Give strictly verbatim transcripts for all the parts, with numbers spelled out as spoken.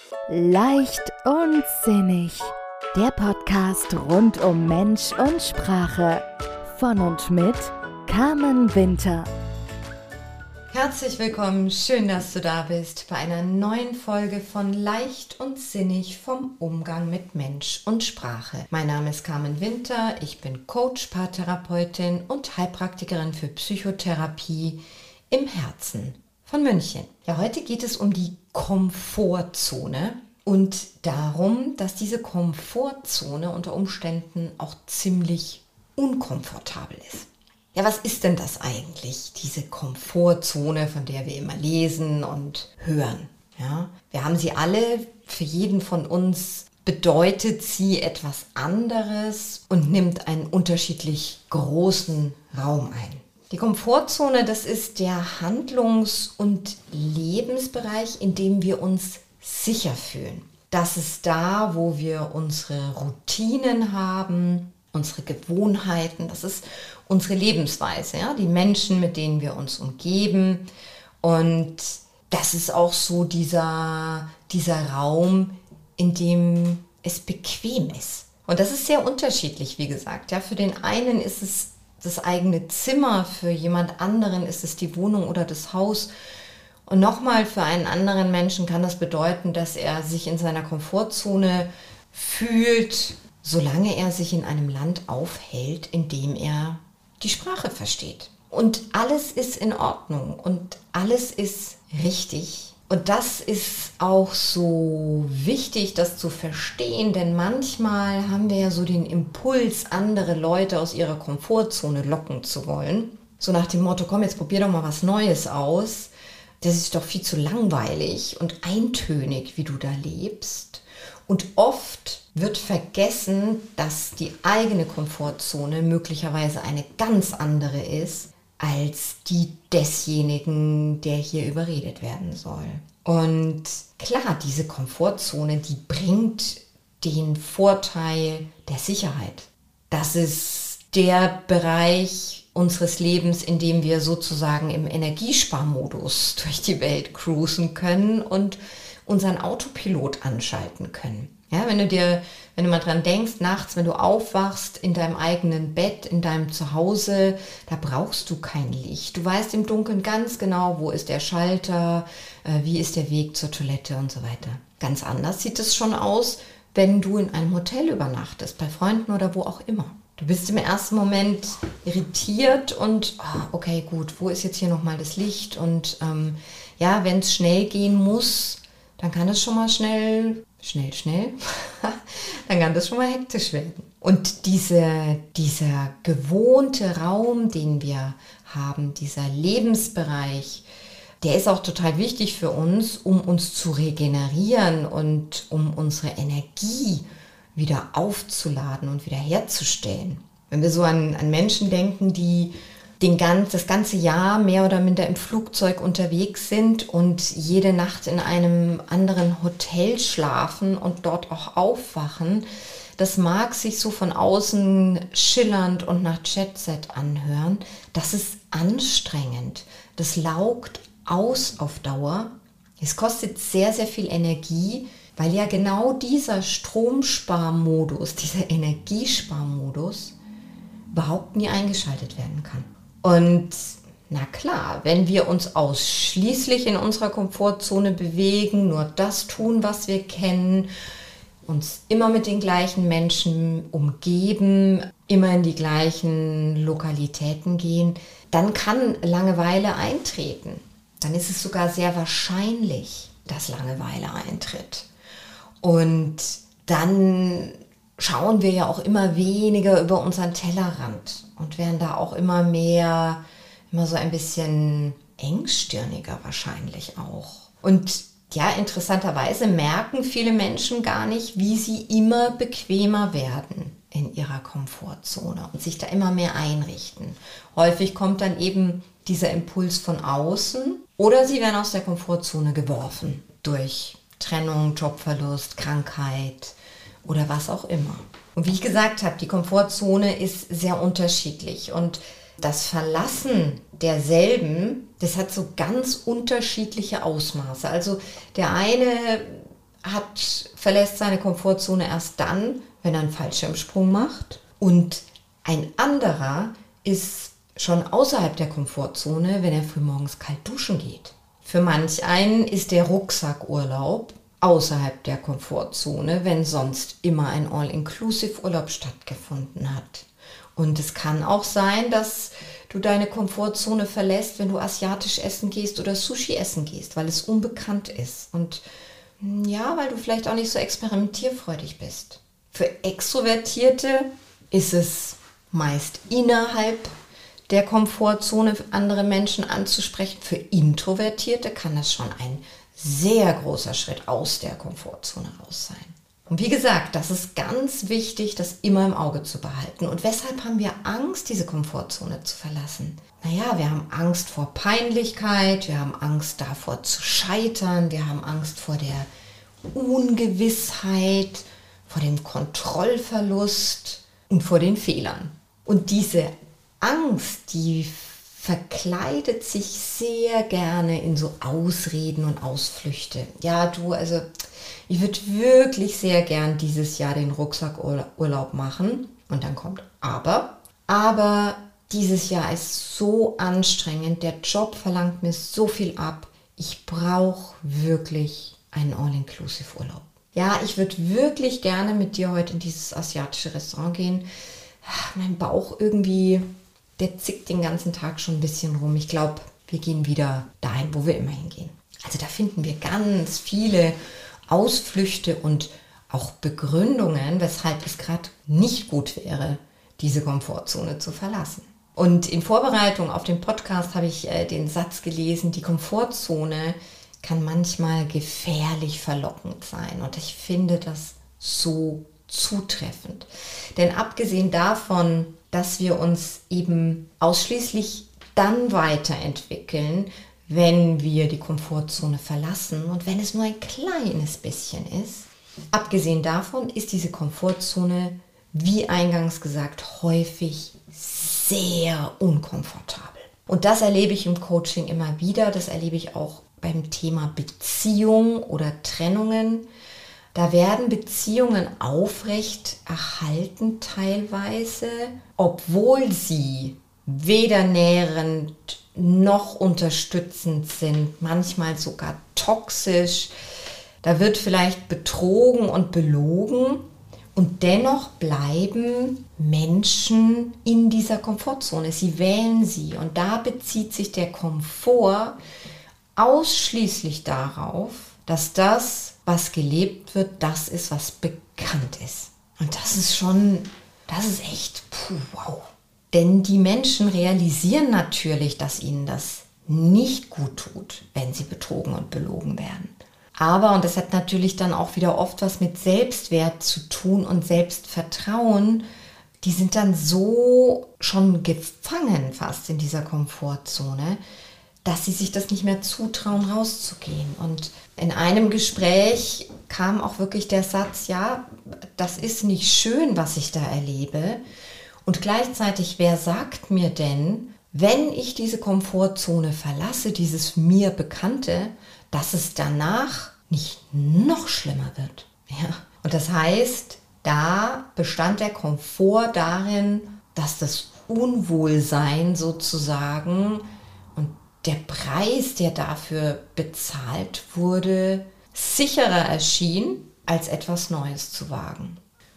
Leicht und sinnig. Der Podcast rund um Mensch und Sprache. Von und mit Carmen Winter. Herzlich willkommen, schön, dass du da bist bei einer neuen Folge von Leicht und Sinnig vom Umgang mit Mensch und Sprache. Mein Name ist Carmen Winter, ich bin Coach, Paartherapeutin und Heilpraktikerin für Psychotherapie im Herzen von München. Ja, heute geht es um die Komfortzone und darum, dass diese Komfortzone unter Umständen auch ziemlich unkomfortabel ist. Ja, was ist denn das eigentlich, diese Komfortzone, von der wir immer lesen und hören? Ja, wir haben sie alle, für jeden von uns bedeutet sie etwas anderes und nimmt einen unterschiedlich großen Raum ein. Die Komfortzone, das ist der Handlungs- und Lebensbereich, in dem wir uns sicher fühlen. Das ist da, wo wir unsere Routinen haben, unsere Gewohnheiten, das ist unsere Lebensweise, ja? Die Menschen, mit denen wir uns umgeben. Und das ist auch so dieser, dieser Raum, in dem es bequem ist. Und das ist sehr unterschiedlich, wie gesagt. Ja? Für den einen ist es das eigene Zimmer, für jemand anderen ist es die Wohnung oder das Haus. Und nochmal, für einen anderen Menschen kann das bedeuten, dass er sich in seiner Komfortzone fühlt, solange er sich in einem Land aufhält, in dem er die Sprache versteht. Und alles ist in Ordnung und alles ist richtig. Und das ist auch so wichtig, das zu verstehen, denn manchmal haben wir ja so den Impuls, andere Leute aus ihrer Komfortzone locken zu wollen. So nach dem Motto, komm, jetzt probier doch mal was Neues aus. Das ist doch viel zu langweilig und eintönig, wie du da lebst. Und oft wird vergessen, dass die eigene Komfortzone möglicherweise eine ganz andere ist als die desjenigen, der hier überredet werden soll. Und klar, diese Komfortzone, die bringt den Vorteil der Sicherheit. Das ist der Bereich unseres Lebens, in dem wir sozusagen im Energiesparmodus durch die Welt cruisen können und unseren Autopilot anschalten können. Ja, wenn du dir, wenn du mal dran denkst, nachts, wenn du aufwachst in deinem eigenen Bett, in deinem Zuhause, da brauchst du kein Licht. Du weißt im Dunkeln ganz genau, wo ist der Schalter, äh, wie ist der Weg zur Toilette und so weiter. Ganz anders sieht es schon aus, wenn du in einem Hotel übernachtest, bei Freunden oder wo auch immer. Du bist im ersten Moment irritiert und, oh, okay, gut, wo ist jetzt hier nochmal das Licht? Und ähm, ja, wenn es schnell gehen muss, dann kann es schon mal schnell, schnell, schnell, dann kann das schon mal hektisch werden. Und diese, dieser gewohnte Raum, den wir haben, dieser Lebensbereich, der ist auch total wichtig für uns, um uns zu regenerieren und um unsere Energie wieder aufzuladen und wieder herzustellen. Wenn wir so an, an Menschen denken, die den ganz, das ganze Jahr mehr oder minder im Flugzeug unterwegs sind und jede Nacht in einem anderen Hotel schlafen und dort auch aufwachen, das mag sich so von außen schillernd und nach Jet-Set anhören. Das ist anstrengend. Das laugt aus auf Dauer. Es kostet sehr, sehr viel Energie, weil ja genau dieser Stromsparmodus, dieser Energiesparmodus überhaupt nie eingeschaltet werden kann. Und na klar, wenn wir uns ausschließlich in unserer Komfortzone bewegen, nur das tun, was wir kennen, uns immer mit den gleichen Menschen umgeben, immer in die gleichen Lokalitäten gehen, dann kann Langeweile eintreten. Dann ist es sogar sehr wahrscheinlich, dass Langeweile eintritt. Und dann schauen wir ja auch immer weniger über unseren Tellerrand und werden da auch immer mehr, immer so ein bisschen engstirniger wahrscheinlich auch. Und ja, interessanterweise merken viele Menschen gar nicht, wie sie immer bequemer werden in ihrer Komfortzone und sich da immer mehr einrichten. Häufig kommt dann eben dieser Impuls von außen oder sie werden aus der Komfortzone geworfen durch Trennung, Jobverlust, Krankheit oder was auch immer. Und wie ich gesagt habe, die Komfortzone ist sehr unterschiedlich und das Verlassen derselben, das hat so ganz unterschiedliche Ausmaße. Also der eine hat, verlässt seine Komfortzone erst dann, wenn er einen Fallschirmsprung macht. Und ein anderer ist schon außerhalb der Komfortzone, wenn er frühmorgens kalt duschen geht. Für manch einen ist der Rucksackurlaub außerhalb der Komfortzone, wenn sonst immer ein All-Inclusive-Urlaub stattgefunden hat. Und es kann auch sein, dass du deine Komfortzone verlässt, wenn du asiatisch essen gehst oder Sushi essen gehst, weil es unbekannt ist. Und ja, weil du vielleicht auch nicht so experimentierfreudig bist. Für Extrovertierte ist es meist innerhalb der Komfortzone, andere Menschen anzusprechen. Für Introvertierte kann das schon ein sehr großer Schritt aus der Komfortzone raus sein. Und wie gesagt, das ist ganz wichtig, das immer im Auge zu behalten. Und weshalb haben wir Angst, diese Komfortzone zu verlassen? Naja, wir haben Angst vor Peinlichkeit, wir haben Angst davor zu scheitern, wir haben Angst vor der Ungewissheit, vor dem Kontrollverlust und vor den Fehlern. Und diese Angst, die verkleidet sich sehr gerne in so Ausreden und Ausflüchte. Ja, du, also ich würde wirklich sehr gern dieses Jahr den Rucksackurlaub machen. Und dann kommt aber. Aber dieses Jahr ist so anstrengend. Der Job verlangt mir so viel ab. Ich brauche wirklich einen All-Inclusive-Urlaub. Ja, ich würde wirklich gerne mit dir heute in dieses asiatische Restaurant gehen. Mein Bauch irgendwie, der zickt den ganzen Tag schon ein bisschen rum. Ich glaube, wir gehen wieder dahin, wo wir immer hingehen. Also da finden wir ganz viele Ausflüchte und auch Begründungen, weshalb es gerade nicht gut wäre, diese Komfortzone zu verlassen. Und in Vorbereitung auf den Podcast habe ich äh, den Satz gelesen, die Komfortzone kann manchmal gefährlich verlockend sein. Und ich finde das so zutreffend. Denn abgesehen davon, dass wir uns eben ausschließlich dann weiterentwickeln, wenn wir die Komfortzone verlassen und wenn es nur ein kleines bisschen ist. Abgesehen davon ist diese Komfortzone, wie eingangs gesagt, häufig sehr unkomfortabel. Und das erlebe ich im Coaching immer wieder, das erlebe ich auch beim Thema Beziehung oder Trennungen. Da werden Beziehungen aufrecht erhalten teilweise, obwohl sie weder nährend noch unterstützend sind, manchmal sogar toxisch. Da wird vielleicht betrogen und belogen und dennoch bleiben Menschen in dieser Komfortzone. Sie wählen sie und da bezieht sich der Komfort ausschließlich darauf, dass das, was gelebt wird, das ist, was bekannt ist. Und das ist schon, das ist echt, puh, wow. Denn die Menschen realisieren natürlich, dass ihnen das nicht gut tut, wenn sie betrogen und belogen werden. Aber, und das hat natürlich dann auch wieder oft was mit Selbstwert zu tun und Selbstvertrauen, die sind dann so schon gefangen fast in dieser Komfortzone, dass sie sich das nicht mehr zutrauen, rauszugehen. Und in einem Gespräch kam auch wirklich der Satz, ja, das ist nicht schön, was ich da erlebe. Und gleichzeitig, wer sagt mir denn, wenn ich diese Komfortzone verlasse, dieses mir Bekannte, dass es danach nicht noch schlimmer wird? Ja. Und das heißt, da bestand der Komfort darin, dass das Unwohlsein sozusagen und der Preis, der dafür bezahlt wurde, sicherer erschien, als etwas Neues zu wagen.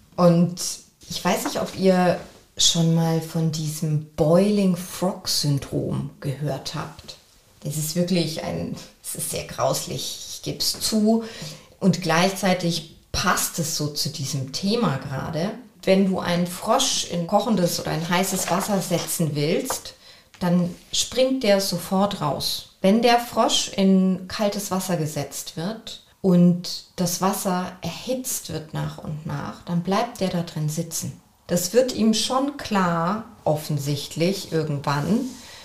Und ich weiß nicht, ob ihr schon mal von diesem Boiling Frog Syndrom gehört habt. Das ist wirklich ein, es ist sehr grauslich, ich gebe es zu. Und gleichzeitig passt es so zu diesem Thema gerade. Wenn du einen Frosch in kochendes oder ein heißes Wasser setzen willst, dann springt der sofort raus. Wenn der Frosch in kaltes Wasser gesetzt wird und das Wasser erhitzt wird nach und nach, dann bleibt der da drin sitzen. Das wird ihm schon klar, offensichtlich irgendwann,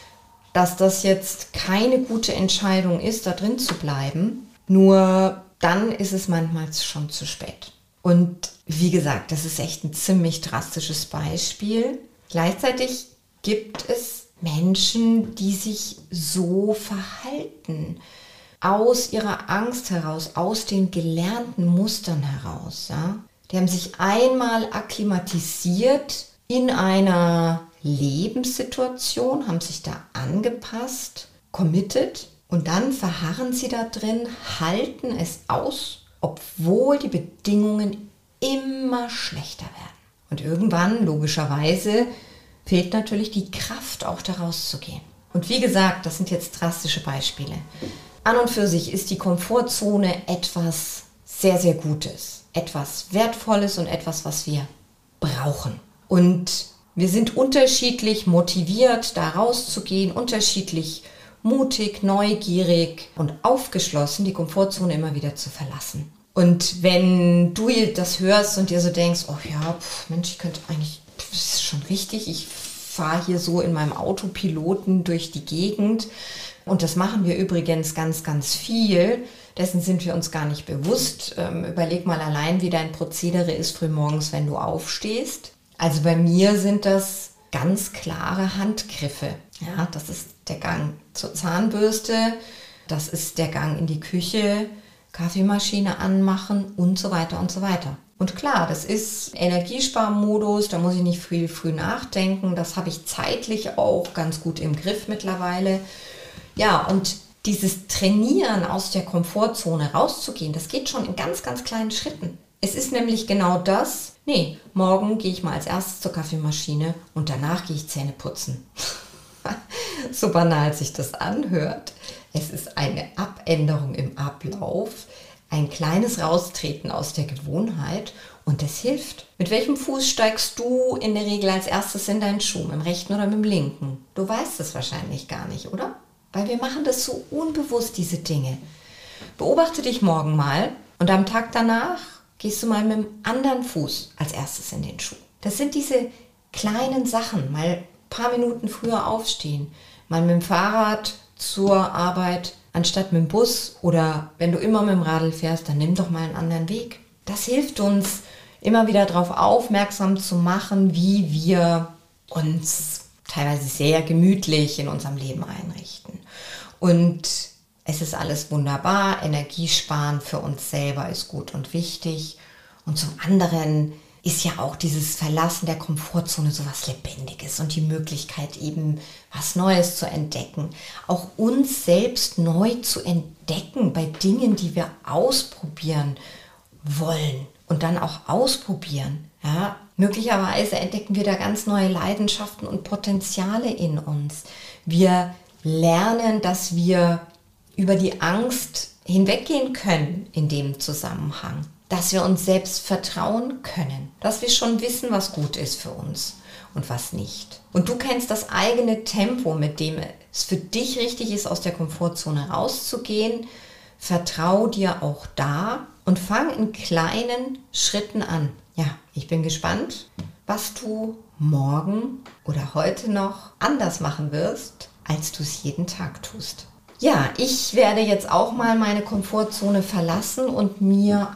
dass das jetzt keine gute Entscheidung ist, da drin zu bleiben. Nur dann ist es manchmal schon zu spät. Und wie gesagt, das ist echt ein ziemlich drastisches Beispiel. Gleichzeitig gibt es Menschen, die sich so verhalten. aus ihrer Angst heraus, aus den gelernten Mustern heraus. Ja? Die haben sich einmal akklimatisiert in einer Lebenssituation, haben sich da angepasst, committed und dann verharren sie da drin, halten es aus, obwohl die Bedingungen immer schlechter werden. Und irgendwann, logischerweise, fehlt natürlich die Kraft, auch da rauszugehen. Und wie gesagt, das sind jetzt drastische Beispiele. An und für sich ist die Komfortzone etwas sehr, sehr Gutes, etwas Wertvolles und etwas, was wir brauchen. Und wir sind unterschiedlich motiviert, da rauszugehen, unterschiedlich mutig, neugierig und aufgeschlossen, die Komfortzone immer wieder zu verlassen. Und wenn du das hörst und dir so denkst, oh ja, pf, Mensch, ich könnte eigentlich, pf, das ist schon richtig, ich fahre hier so in meinem Autopiloten durch die Gegend und das machen wir übrigens ganz, ganz viel, dessen sind wir uns gar nicht bewusst. Ähm, überleg mal allein, wie dein Prozedere ist frühmorgens, wenn du aufstehst. Also bei mir sind das ganz klare Handgriffe. Ja, das ist der Gang zur Zahnbürste, das ist der Gang in die Küche, Kaffeemaschine anmachen und so weiter und so weiter. Und klar, das ist Energiesparmodus, da muss ich nicht viel früh nachdenken, das habe ich zeitlich auch ganz gut im Griff mittlerweile. Ja, und dieses Trainieren aus der Komfortzone rauszugehen, das geht schon in ganz, ganz kleinen Schritten. Es ist nämlich genau das, nee, morgen gehe ich mal als erstes zur Kaffeemaschine und danach gehe ich Zähne putzen. So banal sich das anhört. Es ist eine Abänderung im Ablauf, ein kleines Raustreten aus der Gewohnheit und das hilft. Mit welchem Fuß steigst du in der Regel als erstes in deinen Schuh, mit dem rechten oder mit dem linken? Du weißt es wahrscheinlich gar nicht, oder? Weil wir machen das so unbewusst, diese Dinge. Beobachte dich morgen mal und am Tag danach gehst du mal mit dem anderen Fuß als erstes in den Schuh. Das sind diese kleinen Sachen, mal ein paar Minuten früher aufstehen, mal mit dem Fahrrad zur Arbeit anstatt mit dem Bus oder wenn du immer mit dem Radl fährst, dann nimm doch mal einen anderen Weg. Das hilft uns, immer wieder darauf aufmerksam zu machen, wie wir uns teilweise sehr gemütlich in unserem Leben einrichten. Und es ist alles wunderbar, Energiesparen für uns selber ist gut und wichtig. Und zum anderen ist ja auch dieses Verlassen der Komfortzone so was Lebendiges und die Möglichkeit eben was Neues zu entdecken. Auch uns selbst neu zu entdecken bei Dingen, die wir ausprobieren wollen und dann auch ausprobieren. Ja, möglicherweise entdecken wir da ganz neue Leidenschaften und Potenziale in uns. Wir lernen, dass wir über die Angst hinweggehen können in dem Zusammenhang. Dass wir uns selbst vertrauen können, dass wir schon wissen, was gut ist für uns und was nicht. Und du kennst das eigene Tempo, mit dem es für dich richtig ist, aus der Komfortzone rauszugehen. Vertrau dir auch da und fang in kleinen Schritten an. Ja, ich bin gespannt, was du morgen oder heute noch anders machen wirst, als du es jeden Tag tust. Ja, ich werde jetzt auch mal meine Komfortzone verlassen und mir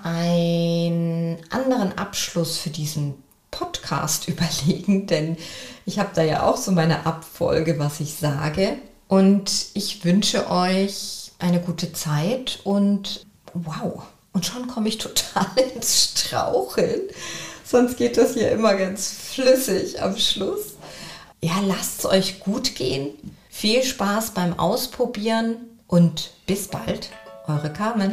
einen anderen Abschluss für diesen Podcast überlegen, denn ich habe da ja auch so meine Abfolge, was ich sage. Und ich wünsche euch eine gute Zeit und wow, und schon komme ich total ins Straucheln. Sonst geht das hier immer ganz flüssig am Schluss. Ja, lasst es euch gut gehen. Viel Spaß beim Ausprobieren und bis bald, eure Carmen.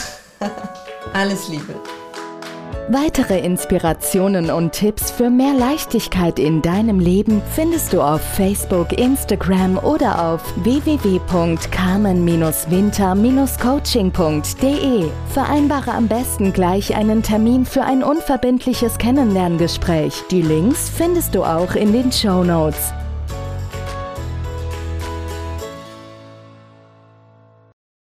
Alles Liebe. Weitere Inspirationen und Tipps für mehr Leichtigkeit in deinem Leben findest du auf Facebook, Instagram oder auf w w w punkt carmen winter coaching punkt d e. Vereinbare am besten gleich einen Termin für ein unverbindliches Kennenlerngespräch. Die Links findest du auch in den Shownotes.